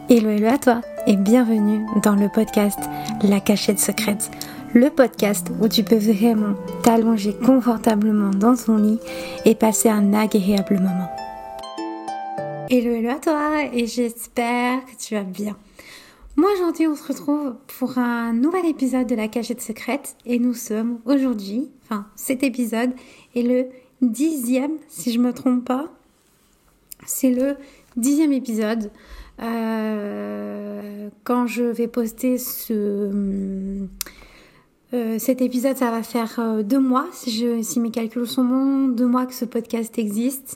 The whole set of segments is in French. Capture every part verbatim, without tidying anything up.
Hello, hello à toi et bienvenue dans le podcast La Cachette Secrète, le podcast où tu peux vraiment t'allonger confortablement dans ton lit et passer un agréable moment. Hello, hello à toi et j'espère que tu vas bien. Moi aujourd'hui on se retrouve pour un nouvel épisode de La Cachette Secrète et nous sommes aujourd'hui, enfin cet épisode est le dixième si je me trompe pas, c'est le dixième épisode. Euh, quand je vais poster ce, euh, cet épisode, ça va faire euh, deux mois, si, je, si mes calculs sont bons, deux mois que ce podcast existe.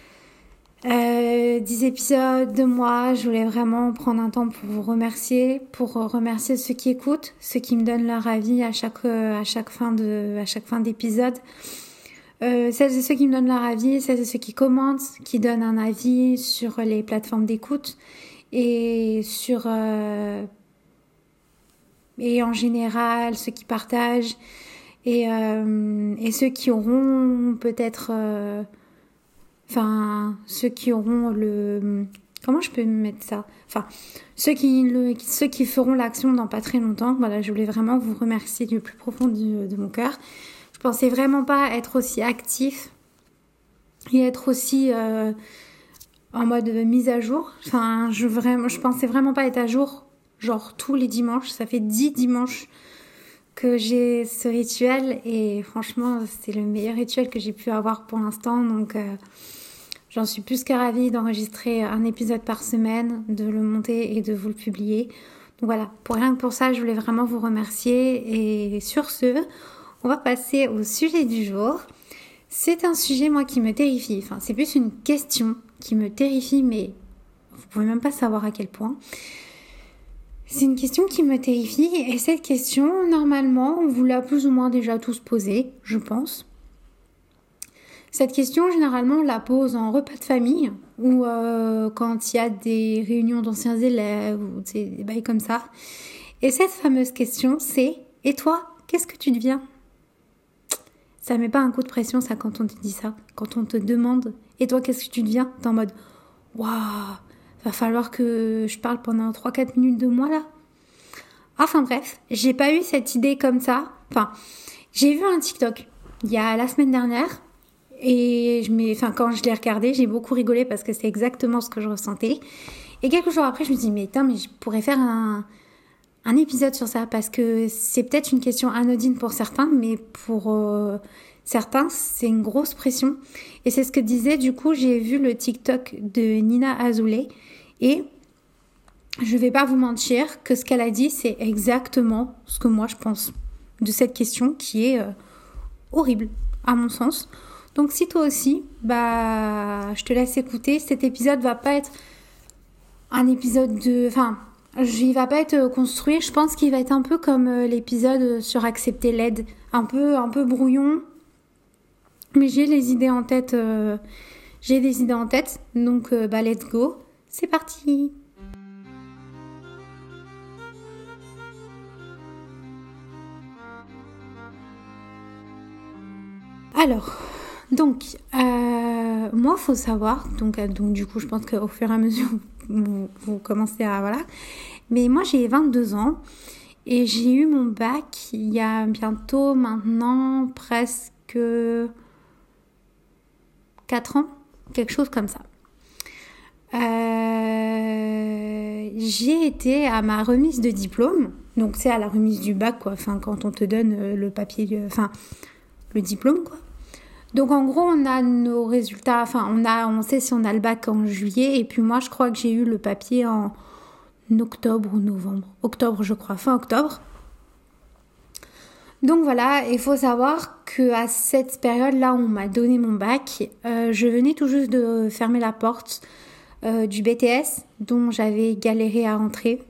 Euh, dix épisodes, deux mois, je voulais vraiment prendre un temps pour vous remercier, pour remercier ceux qui écoutent, ceux qui me donnent leur avis à chaque, à chaque fin de, à chaque fin d'épisode. Euh, celles et ceux qui me donnent leur avis, celles et ceux qui commentent, qui donnent un avis sur les plateformes d'écoute et sur euh, et en général ceux qui partagent et euh, et ceux qui auront peut-être euh, enfin ceux qui auront le comment je peux mettre ça enfin ceux qui le ceux qui feront l'action dans pas très longtemps. Voilà, je voulais vraiment vous remercier du plus profond de, de mon cœur. Je pensais vraiment pas être aussi actif et être aussi euh, en mode mise à jour. Enfin, je vraiment, je pensais vraiment pas être à jour, genre tous les dimanches. Ça fait dix dimanches que j'ai ce rituel et franchement, c'est le meilleur rituel que j'ai pu avoir pour l'instant. Donc, euh, j'en suis plus que ravie d'enregistrer un épisode par semaine, de le monter et de vous le publier. Donc voilà, pour rien que pour ça, je voulais vraiment vous remercier. Et sur ce, on va passer au sujet du jour. C'est un sujet, moi, qui me terrifie. Enfin, c'est plus une question qui me terrifie, mais vous pouvez même pas savoir à quel point. C'est une question qui me terrifie. Et cette question, normalement, on vous l'a plus ou moins déjà tous posée, je pense. Cette question, généralement, on la pose en repas de famille ou euh, quand il y a des réunions d'anciens élèves ou des bails comme ça. Et cette fameuse question, c'est « Et toi, qu'est-ce que tu deviens ?» Ça met pas un coup de pression, ça, quand on te dit ça. Quand on te demande « Et toi, qu'est-ce que tu deviens ?» T'es en mode « Waouh, va falloir que je parle pendant trois quatre minutes de moi, là. » Enfin bref, j'ai pas eu cette idée comme ça. Enfin, j'ai vu un TikTok il y a la semaine dernière. Et je m'ai, enfin, quand je l'ai regardé, j'ai beaucoup rigolé parce que c'est exactement ce que je ressentais. Et quelques jours après, je me suis dit « Mais putain, mais je pourrais faire un... » un épisode sur ça parce que c'est peut-être une question anodine pour certains, mais pour euh, certains, c'est une grosse pression. Et c'est ce que disait, du coup, j'ai vu le TikTok de Nina Azoulay et je vais pas vous mentir que ce qu'elle a dit, c'est exactement ce que moi je pense de cette question qui est euh, horrible, à mon sens. Donc si toi aussi, bah, je te laisse écouter. Cet épisode va pas être un épisode de... Enfin, il va pas être construit, je pense qu'il va être un peu comme l'épisode sur accepter l'aide, un peu un peu brouillon, mais j'ai les idées en tête, euh, j'ai des idées en tête, donc euh, bah let's go, c'est parti. Alors, donc euh, moi faut savoir, donc euh, donc du coup je pense qu'au fur et à mesure vous, vous commencez à voilà. Mais moi, j'ai vingt-deux ans et j'ai eu mon bac il y a bientôt maintenant presque quatre ans, quelque chose comme ça. Euh, j'ai été à ma remise de diplôme, donc c'est à la remise du bac, quoi. Enfin, quand on te donne le papier, enfin, le diplôme, quoi. Donc en gros, on a nos résultats, enfin, on a, on sait si on a le bac en juillet et puis moi, je crois que j'ai eu le papier en octobre ou novembre. Octobre, je crois, fin octobre. Donc voilà, il faut savoir qu'à cette période-là où on m'a donné mon bac, euh, je venais tout juste de fermer la porte euh, du B T S dont j'avais galéré à rentrer.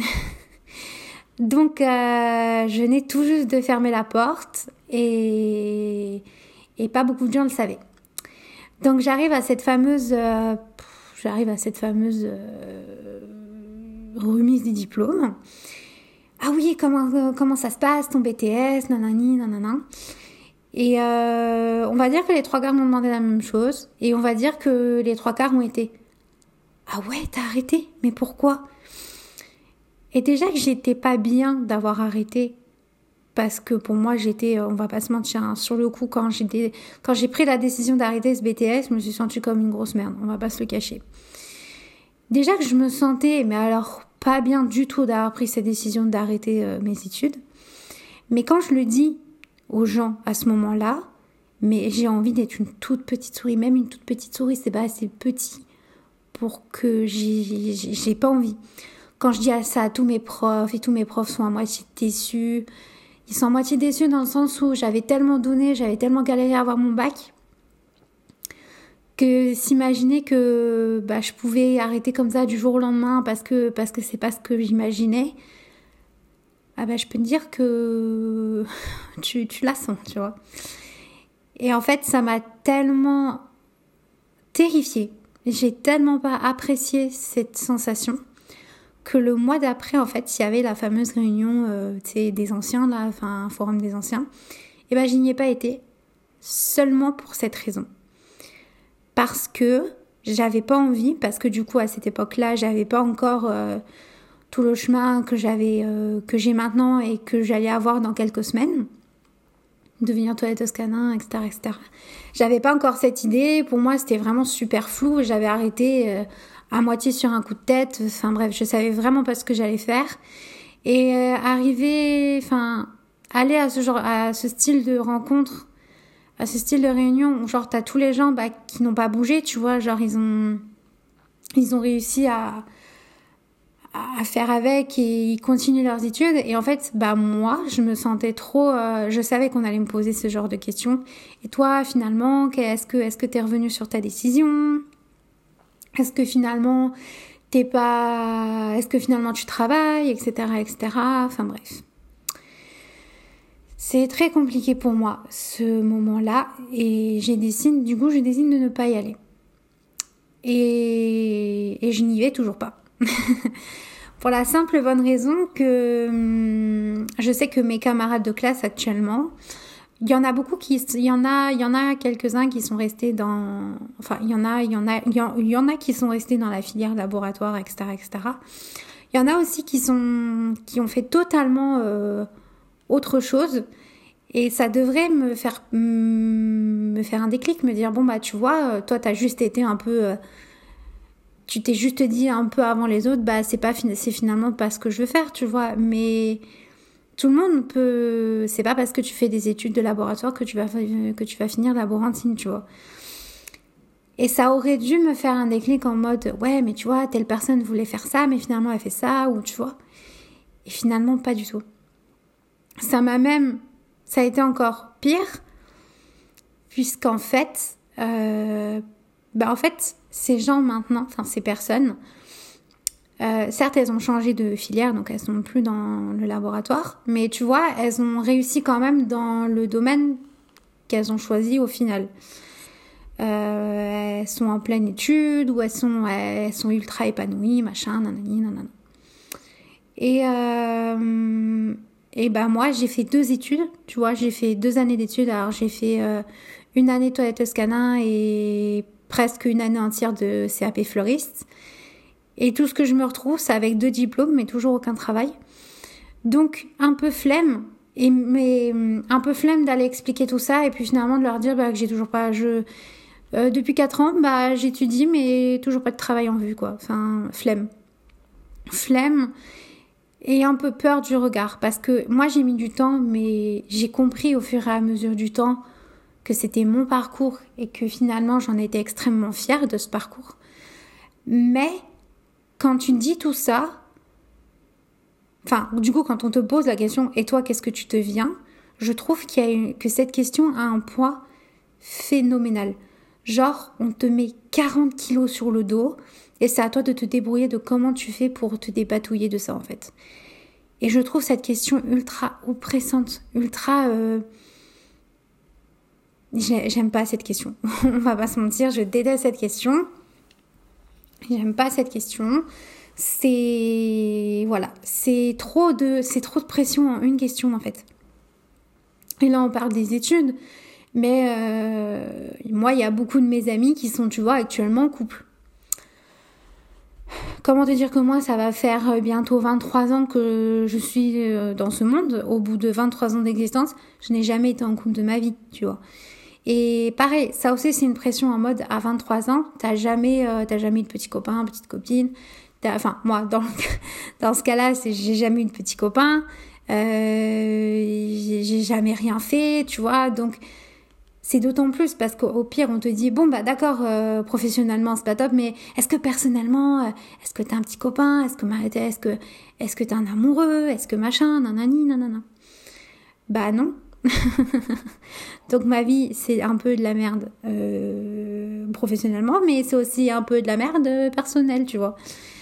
Donc euh, je venais tout juste de fermer la porte et, et pas beaucoup de gens le savaient. Donc j'arrive à cette fameuse... Euh, j'arrive à cette fameuse... Euh, remise des diplômes. Ah oui, comment, euh, comment ça se passe, ton B T S, nanani, nanana. Et euh, on va dire que les trois quarts m'ont demandé la même chose. Et on va dire que les trois quarts ont été ah ouais, t'as arrêté? Mais pourquoi? Et déjà que j'étais pas bien d'avoir arrêté, parce que pour moi, j'étais, on va pas se mentir, hein, sur le coup, quand j'ai, quand j'ai pris la décision d'arrêter ce B T S, je me suis sentie comme une grosse merde, on va pas se le cacher. Déjà que je me sentais, mais alors pas bien du tout d'avoir pris cette décision d'arrêter euh, mes études. Mais quand je le dis aux gens à ce moment-là, mais j'ai envie d'être une toute petite souris, même une toute petite souris, c'est pas assez petit pour que j'ai, j'ai, j'ai pas envie. Quand je dis à ça à tous mes profs, et tous mes profs sont à moitié déçus, ils sont à moitié déçus dans le sens où j'avais tellement donné, j'avais tellement galéré à avoir mon bac, que s'imaginer que bah, je pouvais arrêter comme ça du jour au lendemain parce que, parce que c'est pas ce que j'imaginais, ah bah, je peux te dire que tu, tu la sens, tu vois. Et en fait, ça m'a tellement terrifiée. J'ai tellement pas apprécié cette sensation que le mois d'après, en fait, il y avait la fameuse réunion euh, tu sais, des anciens, là, enfin, un forum des anciens. Et ben, j'y n'y ai pas été seulement pour cette raison. Parce que j'avais pas envie, parce que du coup, à cette époque-là, j'avais pas encore euh, tout le chemin que j'avais, euh, que j'ai maintenant et que j'allais avoir dans quelques semaines. Devenir Toilette Toscanin, et cetera, et cetera. J'avais pas encore cette idée. Pour moi, c'était vraiment super flou. J'avais arrêté euh, à moitié sur un coup de tête. Enfin bref, je savais vraiment pas ce que j'allais faire. Et euh, arriver, enfin, aller à ce genre, à ce style de rencontre, à ce style de réunion, où genre t'as tous les gens bah, qui n'ont pas bougé, tu vois, genre ils ont, ils ont réussi à à faire avec et ils continuent leurs études. Et en fait, bah moi, je me sentais trop... Euh, je savais qu'on allait me poser ce genre de questions. Et toi, finalement, est-ce que est-ce que t'es revenu sur ta décision? Est-ce que finalement, t'es pas... Est-ce que finalement tu travailles, et cetera, et cetera. Enfin bref. C'est très compliqué pour moi, ce moment-là. Et j'ai décidé, du coup, je décide de ne pas y aller. Et, et je n'y vais toujours pas. Pour la simple et bonne raison que hum, je sais que mes camarades de classe actuellement, il y en a beaucoup qui, il y en a, il y en a quelques-uns qui sont restés dans, enfin il y en a, il y en a, il y en, il y en a qui sont restés dans la filière laboratoire, et cetera, et cetera. Il y en a aussi qui sont, qui ont fait totalement euh, autre chose. Et ça devrait me faire, me faire un déclic, me dire bon bah tu vois, toi t'as juste été un peu euh, tu t'es juste dit un peu avant les autres, bah c'est pas c'est finalement pas ce que je veux faire, tu vois. Mais tout le monde peut, c'est pas parce que tu fais des études de laboratoire que tu vas que tu vas finir laborantine, tu vois. Et ça aurait dû me faire un déclic en mode ouais mais tu vois telle personne voulait faire ça mais finalement elle fait ça ou tu vois. Et finalement pas du tout. Ça m'a même, ça a été encore pire puisqu'en fait, euh, bah en fait ces gens maintenant, enfin ces personnes, euh, certes elles ont changé de filière, donc elles sont plus dans le laboratoire, mais tu vois, elles ont réussi quand même dans le domaine qu'elles ont choisi au final. Euh, elles sont en pleine étude, ou elles sont, elles sont ultra épanouies, machin, nanani, nanana. Et, euh, et ben moi j'ai fait deux études, tu vois, j'ai fait deux années d'études, alors j'ai fait euh, une année Toilette Toscanin et presque une année entière de C A P fleuriste. Et tout ce que je me retrouve, c'est avec deux diplômes, mais toujours aucun travail. Donc, un peu flemme, et, mais un peu flemme d'aller expliquer tout ça, et puis finalement de leur dire bah, que j'ai toujours pas... Je, euh, depuis quatre ans, bah, j'étudie, mais toujours pas de travail en vue, quoi. Enfin, flemme. Flemme, et un peu peur du regard. Parce que moi, j'ai mis du temps, mais j'ai compris au fur et à mesure du temps que c'était mon parcours et que finalement j'en étais extrêmement fière de ce parcours. Mais quand tu dis tout ça, enfin du coup quand on te pose la question et toi qu'est-ce que tu deviens, je trouve qu'il y a une, que cette question a un poids phénoménal. Genre on te met quarante kilos sur le dos et c'est à toi de te débrouiller de comment tu fais pour te dépatouiller de ça en fait. Et je trouve cette question ultra oppressante, ultra... Euh, J'aime pas cette question. On va pas se mentir, je déteste cette question. J'aime pas cette question. C'est voilà, c'est trop de c'est trop de pression en une question en fait. Et là on parle des études, mais euh, moi il y a beaucoup de mes amis qui sont tu vois actuellement en couple. Comment te dire que moi, ça va faire bientôt vingt-trois ans que je suis dans ce monde. Au bout de vingt-trois ans d'existence, je n'ai jamais été en couple de ma vie, tu vois. Et pareil, ça aussi, c'est une pression en mode, à vingt-trois ans, t'as jamais, euh, t'as jamais eu de petit copain, petite copine. T'as, enfin, moi, dans, dans ce cas-là, c'est, j'ai jamais eu de petit copain. Euh, j'ai, j'ai jamais rien fait, tu vois. Donc, c'est d'autant plus parce qu'au pire, on te dit, bon, bah d'accord, euh, professionnellement, c'est pas top, mais est-ce que personnellement, euh, est-ce que t'as un petit copain? Est-ce que, est-ce que, est-ce que t'es un amoureux? Est-ce que machin, nanani, nanana? Bah non. Donc ma vie, c'est un peu de la merde euh, professionnellement, mais c'est aussi un peu de la merde personnelle, tu vois.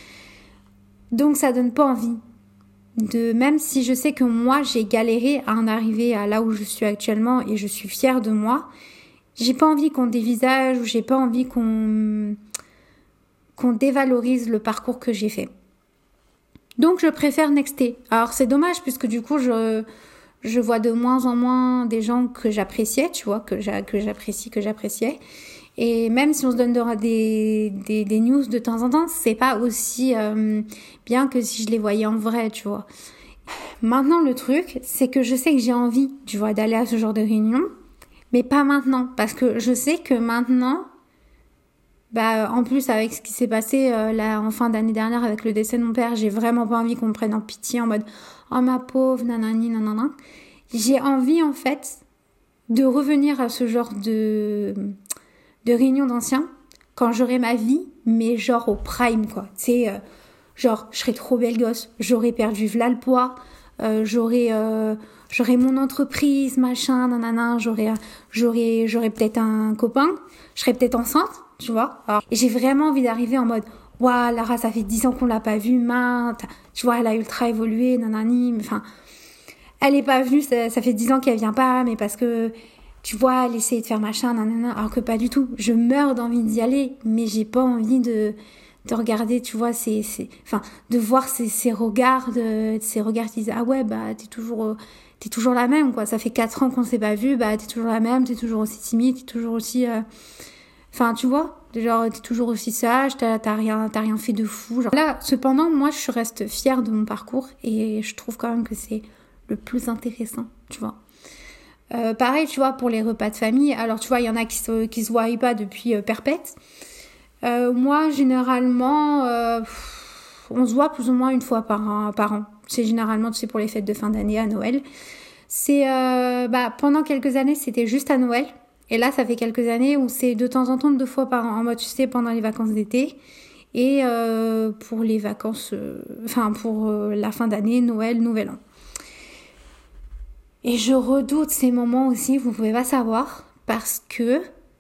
Donc ça donne pas envie. De, même si je sais que moi, j'ai galéré à en arriver à là où je suis actuellement et je suis fière de moi, j'ai pas envie qu'on dévisage ou j'ai pas envie qu'on, qu'on dévalorise le parcours que j'ai fait. Donc je préfère nexter. Alors c'est dommage puisque du coup, je... je vois de moins en moins des gens que j'appréciais, tu vois, que, j'a, que j'apprécie, que j'appréciais. Et même si on se donne des, des, des news de temps en temps, c'est pas aussi euh, bien que si je les voyais en vrai, tu vois. Maintenant, le truc, c'est que je sais que j'ai envie, tu vois, d'aller à ce genre de réunion, mais pas maintenant. Parce que je sais que maintenant, bah, en plus, avec ce qui s'est passé euh, là, en fin d'année dernière avec le décès de mon père, j'ai vraiment pas envie qu'on me prenne en pitié en mode « Oh ma pauvre, nanani, nanana ». J'ai envie, en fait, de revenir à ce genre de, de réunion d'anciens quand j'aurai ma vie, mais genre au prime, quoi. Tu sais, euh, genre, je serai trop belle gosse, j'aurai perdu v'là le poids, euh, j'aurai, euh, j'aurai mon entreprise, machin, nanana, j'aurai, j'aurai, j'aurai peut-être un copain, je serai peut-être enceinte, tu vois. Alors, et j'ai vraiment envie d'arriver en mode « Waouh, Lara, ça fait dix ans qu'on l'a pas vue, mince, tu vois, elle a ultra évolué, nanani, enfin... » Elle est pas venue, ça, ça fait dix ans qu'elle vient pas, mais parce que, tu vois, elle essaie de faire machin, nanana, alors que pas du tout. Je meurs d'envie d'y aller, mais j'ai pas envie de, de regarder, tu vois, ces, ces, enfin, de voir ces, ces regards, de, ces regards qui disent, ah ouais, bah, t'es toujours, t'es toujours la même, quoi. Ça fait quatre ans qu'on s'est pas vu, bah, t'es toujours la même, t'es toujours aussi timide, t'es toujours aussi, euh... enfin, tu vois, genre, t'es toujours aussi sage, t'as, t'as rien, t'as rien fait de fou, genre. Là, cependant, moi, je reste fière de mon parcours et je trouve quand même que c'est le plus intéressant, tu vois. Euh, pareil, tu vois, pour les repas de famille, alors tu vois, il y en a qui se, qui se voient pas depuis euh, perpète. Euh, moi, généralement, euh, on se voit plus ou moins une fois par an. Par an. C'est généralement, tu sais, pour les fêtes de fin d'année à Noël. C'est, euh, bah, pendant quelques années, c'était juste à Noël. Et là, ça fait quelques années où c'est de temps en temps deux fois par an. En mode, tu sais, pendant les vacances d'été. Et euh, pour les vacances, euh, enfin, pour euh, la fin d'année, Noël, Nouvel An. Et je redoute ces moments aussi, vous pouvez pas savoir, parce que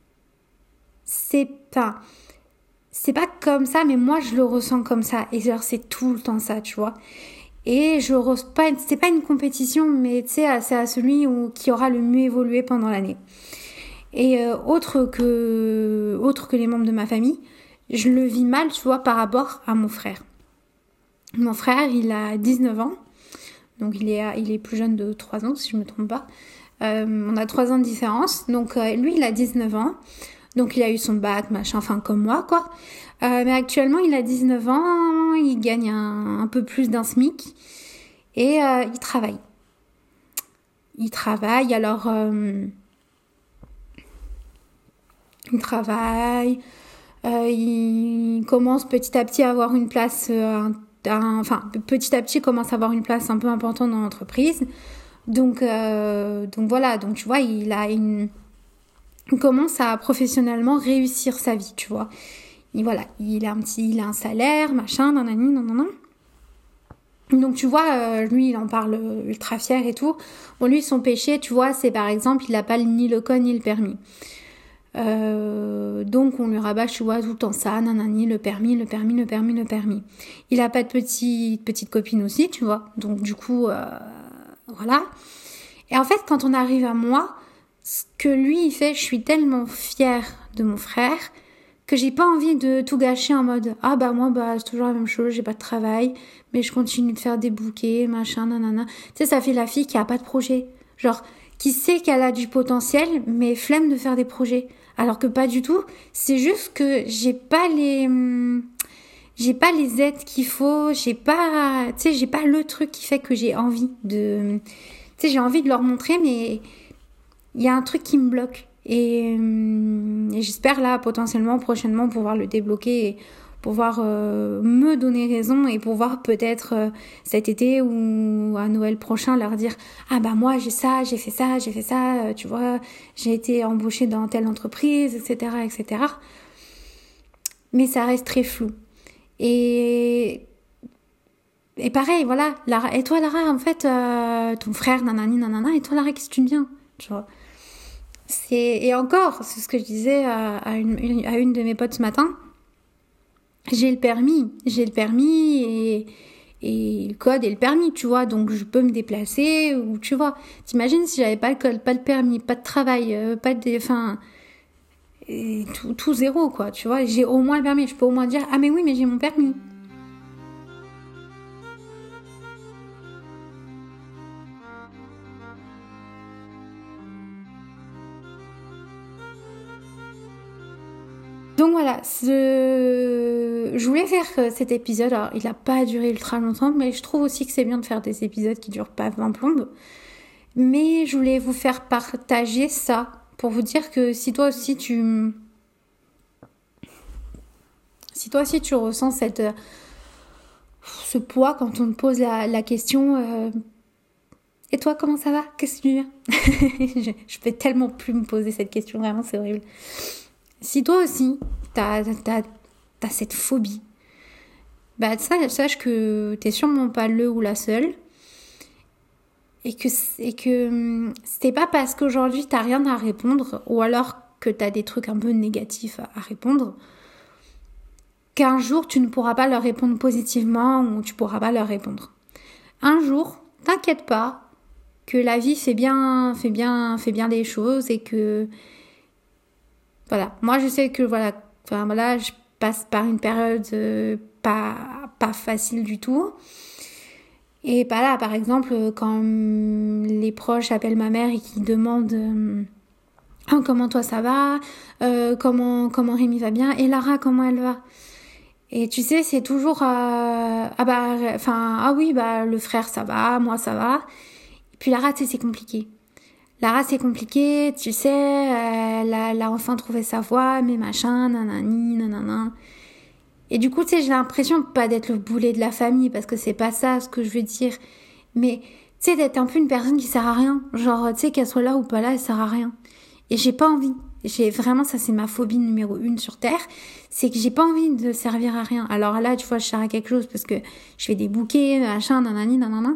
c'est pas, c'est pas comme ça, mais moi je le ressens comme ça. Et genre c'est tout le temps ça, tu vois. Et je ressens pas, c'est pas une compétition, mais tu sais, c'est à celui où, qui aura le mieux évolué pendant l'année. Et euh, autre que, autre que les membres de ma famille, je le vis mal, tu vois, par rapport à mon frère. Mon frère, il a dix-neuf ans. Donc il est, il est plus jeune de trois ans, si je ne me trompe pas. Euh, on a trois ans de différence. Donc euh, lui, il a dix-neuf ans. Donc il a eu son bac, machin, enfin comme moi, quoi. Euh, mais actuellement, il a dix-neuf ans, il gagne un, un peu plus d'un SMIC. Et euh, il travaille. Il travaille, alors... Euh, il travaille. Euh, il commence petit à petit à avoir une place... Euh, Un, enfin, petit à petit, commence à avoir une place un peu importante dans l'entreprise. Donc, euh, donc voilà. Donc, tu vois, il a une, il commence à professionnellement réussir sa vie, tu vois. Et voilà, il a un petit, il a un salaire, machin, nanani, nanana. Donc, tu vois, euh, lui, il en parle ultra fier et tout. Bon, lui, son péché, tu vois, c'est par exemple, il n'a pas ni le code ni le permis. Euh, donc on lui rabâche, tu vois, tout le temps ça, nanani, le permis, le permis, le permis, le permis. Il a pas de petite, petite copine aussi, tu vois. Donc du coup, euh, voilà. Et en fait, quand on arrive à moi, ce que lui il fait, je suis tellement fière de mon frère que j'ai pas envie de tout gâcher en mode ah bah moi bah c'est toujours la même chose, j'ai pas de travail, mais je continue de faire des bouquets, machin, nanana. Tu sais, ça fait la fille qui a pas de projet, genre qui sait qu'elle a du potentiel, mais flemme de faire des projets. Alors que pas du tout, c'est juste que j'ai pas les j'ai pas les aides qu'il faut, j'ai pas, tu sais, j'ai pas le truc qui fait que j'ai envie de, tu sais, j'ai envie de leur montrer, mais il y a un truc qui me bloque. Et, et j'espère là, potentiellement, prochainement, pouvoir le débloquer et pouvoir euh, me donner raison et pouvoir peut-être euh, cet été ou à Noël prochain leur dire « Ah bah moi j'ai ça, j'ai fait ça, j'ai fait ça, euh, tu vois, j'ai été embauchée dans telle entreprise, et cetera et cetera » Mais ça reste très flou. Et, et pareil, voilà, Lara, et toi Lara, en fait, euh, ton frère, nanani, nanana, et toi Lara, qu'est-ce que tu deviens, tu vois. C'est, et encore, c'est ce que je disais à, à, une, une, à une de mes potes ce matin, j'ai le permis, j'ai le permis et, et le code et le permis, tu vois, donc je peux me déplacer, ou tu vois, t'imagines si j'avais pas le code, pas le permis, pas de travail, euh, pas de, enfin, tout, tout zéro, quoi, tu vois, j'ai au moins le permis, je peux au moins dire, ah mais oui, mais j'ai mon permis. Donc voilà, ce... je voulais faire cet épisode, alors il n'a pas duré ultra longtemps, mais je trouve aussi que c'est bien de faire des épisodes qui durent pas vingt plombes. Mais je voulais vous faire partager ça, pour vous dire que si toi aussi tu... Si toi aussi tu ressens cette... ce poids quand on te pose la, la question... Euh... Et toi, comment ça va? Qu'est-ce que tu viens? je, je peux tellement plus me poser cette question, vraiment, c'est horrible. Si toi aussi, t'as, t'as, t'as cette phobie, bah sache que t'es sûrement pas le ou la seule. Et que, et que c'est pas parce qu'aujourd'hui t'as rien à répondre, ou alors que t'as des trucs un peu négatifs à, à répondre, qu'un jour tu ne pourras pas leur répondre positivement ou tu pourras pas leur répondre. Un jour, t'inquiète pas, que la vie fait bien, fait bien, fait bien les choses et que voilà. Moi, je sais que voilà, enfin voilà, je passe par une période euh, pas pas facile du tout. Et bah là, par exemple, quand les proches appellent ma mère et qui demandent euh, oh, comment toi ça va, euh, comment comment Rémi va bien et Lara comment elle va. Et tu sais, c'est toujours euh, ah bah enfin ah oui bah le frère ça va, moi ça va. Et puis Lara, tu sais, c'est compliqué. Lara, c'est compliqué, tu sais, euh, elle, a, elle a enfin trouvé sa voie, mais machin, nanani, nanana. Et du coup, tu sais, j'ai l'impression pas d'être le boulet de la famille, parce que c'est pas ça ce que je veux dire. Mais, tu sais, d'être un peu une personne qui sert à rien. Genre, tu sais, qu'elle soit là ou pas là, elle sert à rien. Et j'ai pas envie. J'ai vraiment, ça c'est ma phobie numéro une sur Terre, c'est que j'ai pas envie de servir à rien. Alors là, tu vois, je sers à quelque chose parce que je fais des bouquets, machin, nanani, nanana.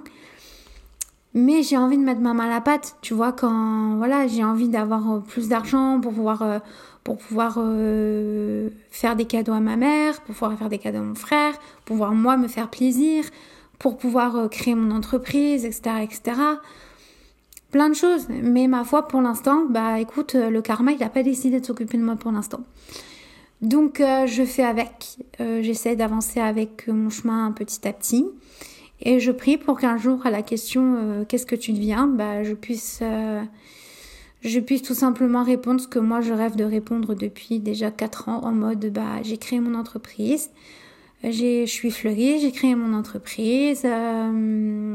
Mais j'ai envie de mettre ma main à la pâte, tu vois, quand voilà, j'ai envie d'avoir plus d'argent pour pouvoir euh, pour pouvoir euh, faire des cadeaux à ma mère, pour pouvoir faire des cadeaux à mon frère, pour pouvoir moi me faire plaisir, pour pouvoir euh, créer mon entreprise, et cetera, et cetera. Plein de choses. Mais ma foi, pour l'instant, bah écoute, le karma, il n'a pas décidé de s'occuper de moi pour l'instant. Donc euh, je fais avec, euh, j'essaie d'avancer avec mon chemin petit à petit. Et je prie pour qu'un jour, à la question euh, « Qu'est-ce que tu deviens ?» bah, je puisse, euh, je puisse tout simplement répondre ce que moi je rêve de répondre depuis déjà quatre ans, en mode bah, « J'ai créé mon entreprise, j'ai, je suis fleurie, j'ai créé mon entreprise. Euh, »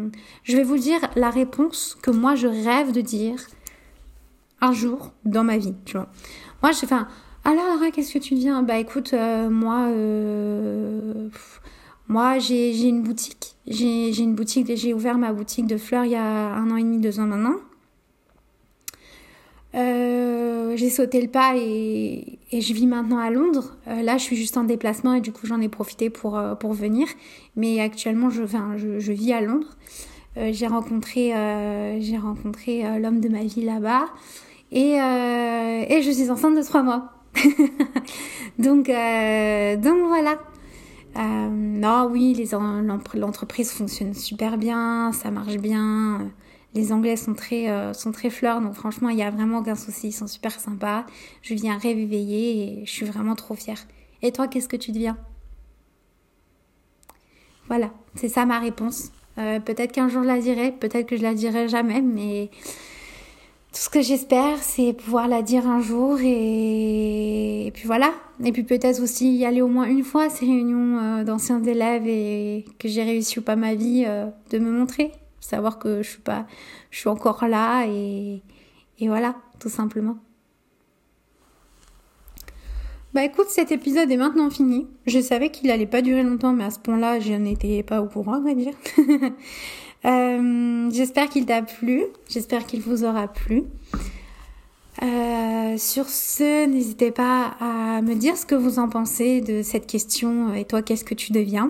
Je vais vous dire la réponse que moi je rêve de dire un jour dans ma vie, tu vois. Moi, je fais un « Alors, Lara, qu'est-ce que tu deviens ?» Bah écoute, euh, moi... Euh, Moi, j'ai, j'ai une boutique. J'ai, j'ai une boutique. J'ai ouvert ma boutique de fleurs il y a un an et demi, deux ans maintenant. Euh, j'ai sauté le pas et, et je vis maintenant à Londres. Euh, là, je suis juste en déplacement et du coup, j'en ai profité pour, euh, pour venir. Mais actuellement, je, enfin, je, je vis à Londres. Euh, j'ai rencontré, euh, j'ai rencontré euh, l'homme de ma vie là-bas. Et, euh, et je suis enceinte de trois mois. donc, euh, donc voilà. Euh, non, oui, les, l'entreprise fonctionne super bien, ça marche bien. Les Anglais sont très, euh, sont très fleurs, donc franchement, il n'y a vraiment aucun souci. Ils sont super sympas. Je viens réveiller et je suis vraiment trop fière. Et toi, qu'est-ce que tu deviens? Voilà, c'est ça ma réponse. Euh, peut-être qu'un jour je la dirai, peut-être que je la dirai jamais, mais Tout ce que j'espère, c'est pouvoir la dire un jour et, et puis voilà. Et puis peut-être aussi y aller au moins une fois à ces réunions euh, d'anciens élèves et que j'ai réussi ou pas ma vie euh, de me montrer. Savoir que je suis pas, je suis encore là et, et voilà, tout simplement. Bah écoute, cet épisode est maintenant fini. Je savais qu'il allait pas durer longtemps, mais à ce point-là, je n'étais pas au courant, on va dire. Euh, j'espère qu'il t'a plu, j'espère qu'il vous aura plu. Euh, sur ce, n'hésitez pas à me dire ce que vous en pensez de cette question. Et toi, qu'est-ce que tu deviens?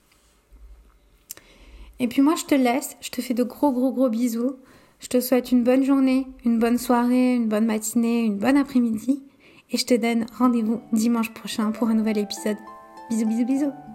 Et puis moi, je te laisse, je te fais de gros gros gros bisous. Je te souhaite une bonne journée, une bonne soirée, une bonne matinée, une bonne après-midi. Et je te donne rendez-vous dimanche prochain pour un nouvel épisode. Bisous bisous bisous.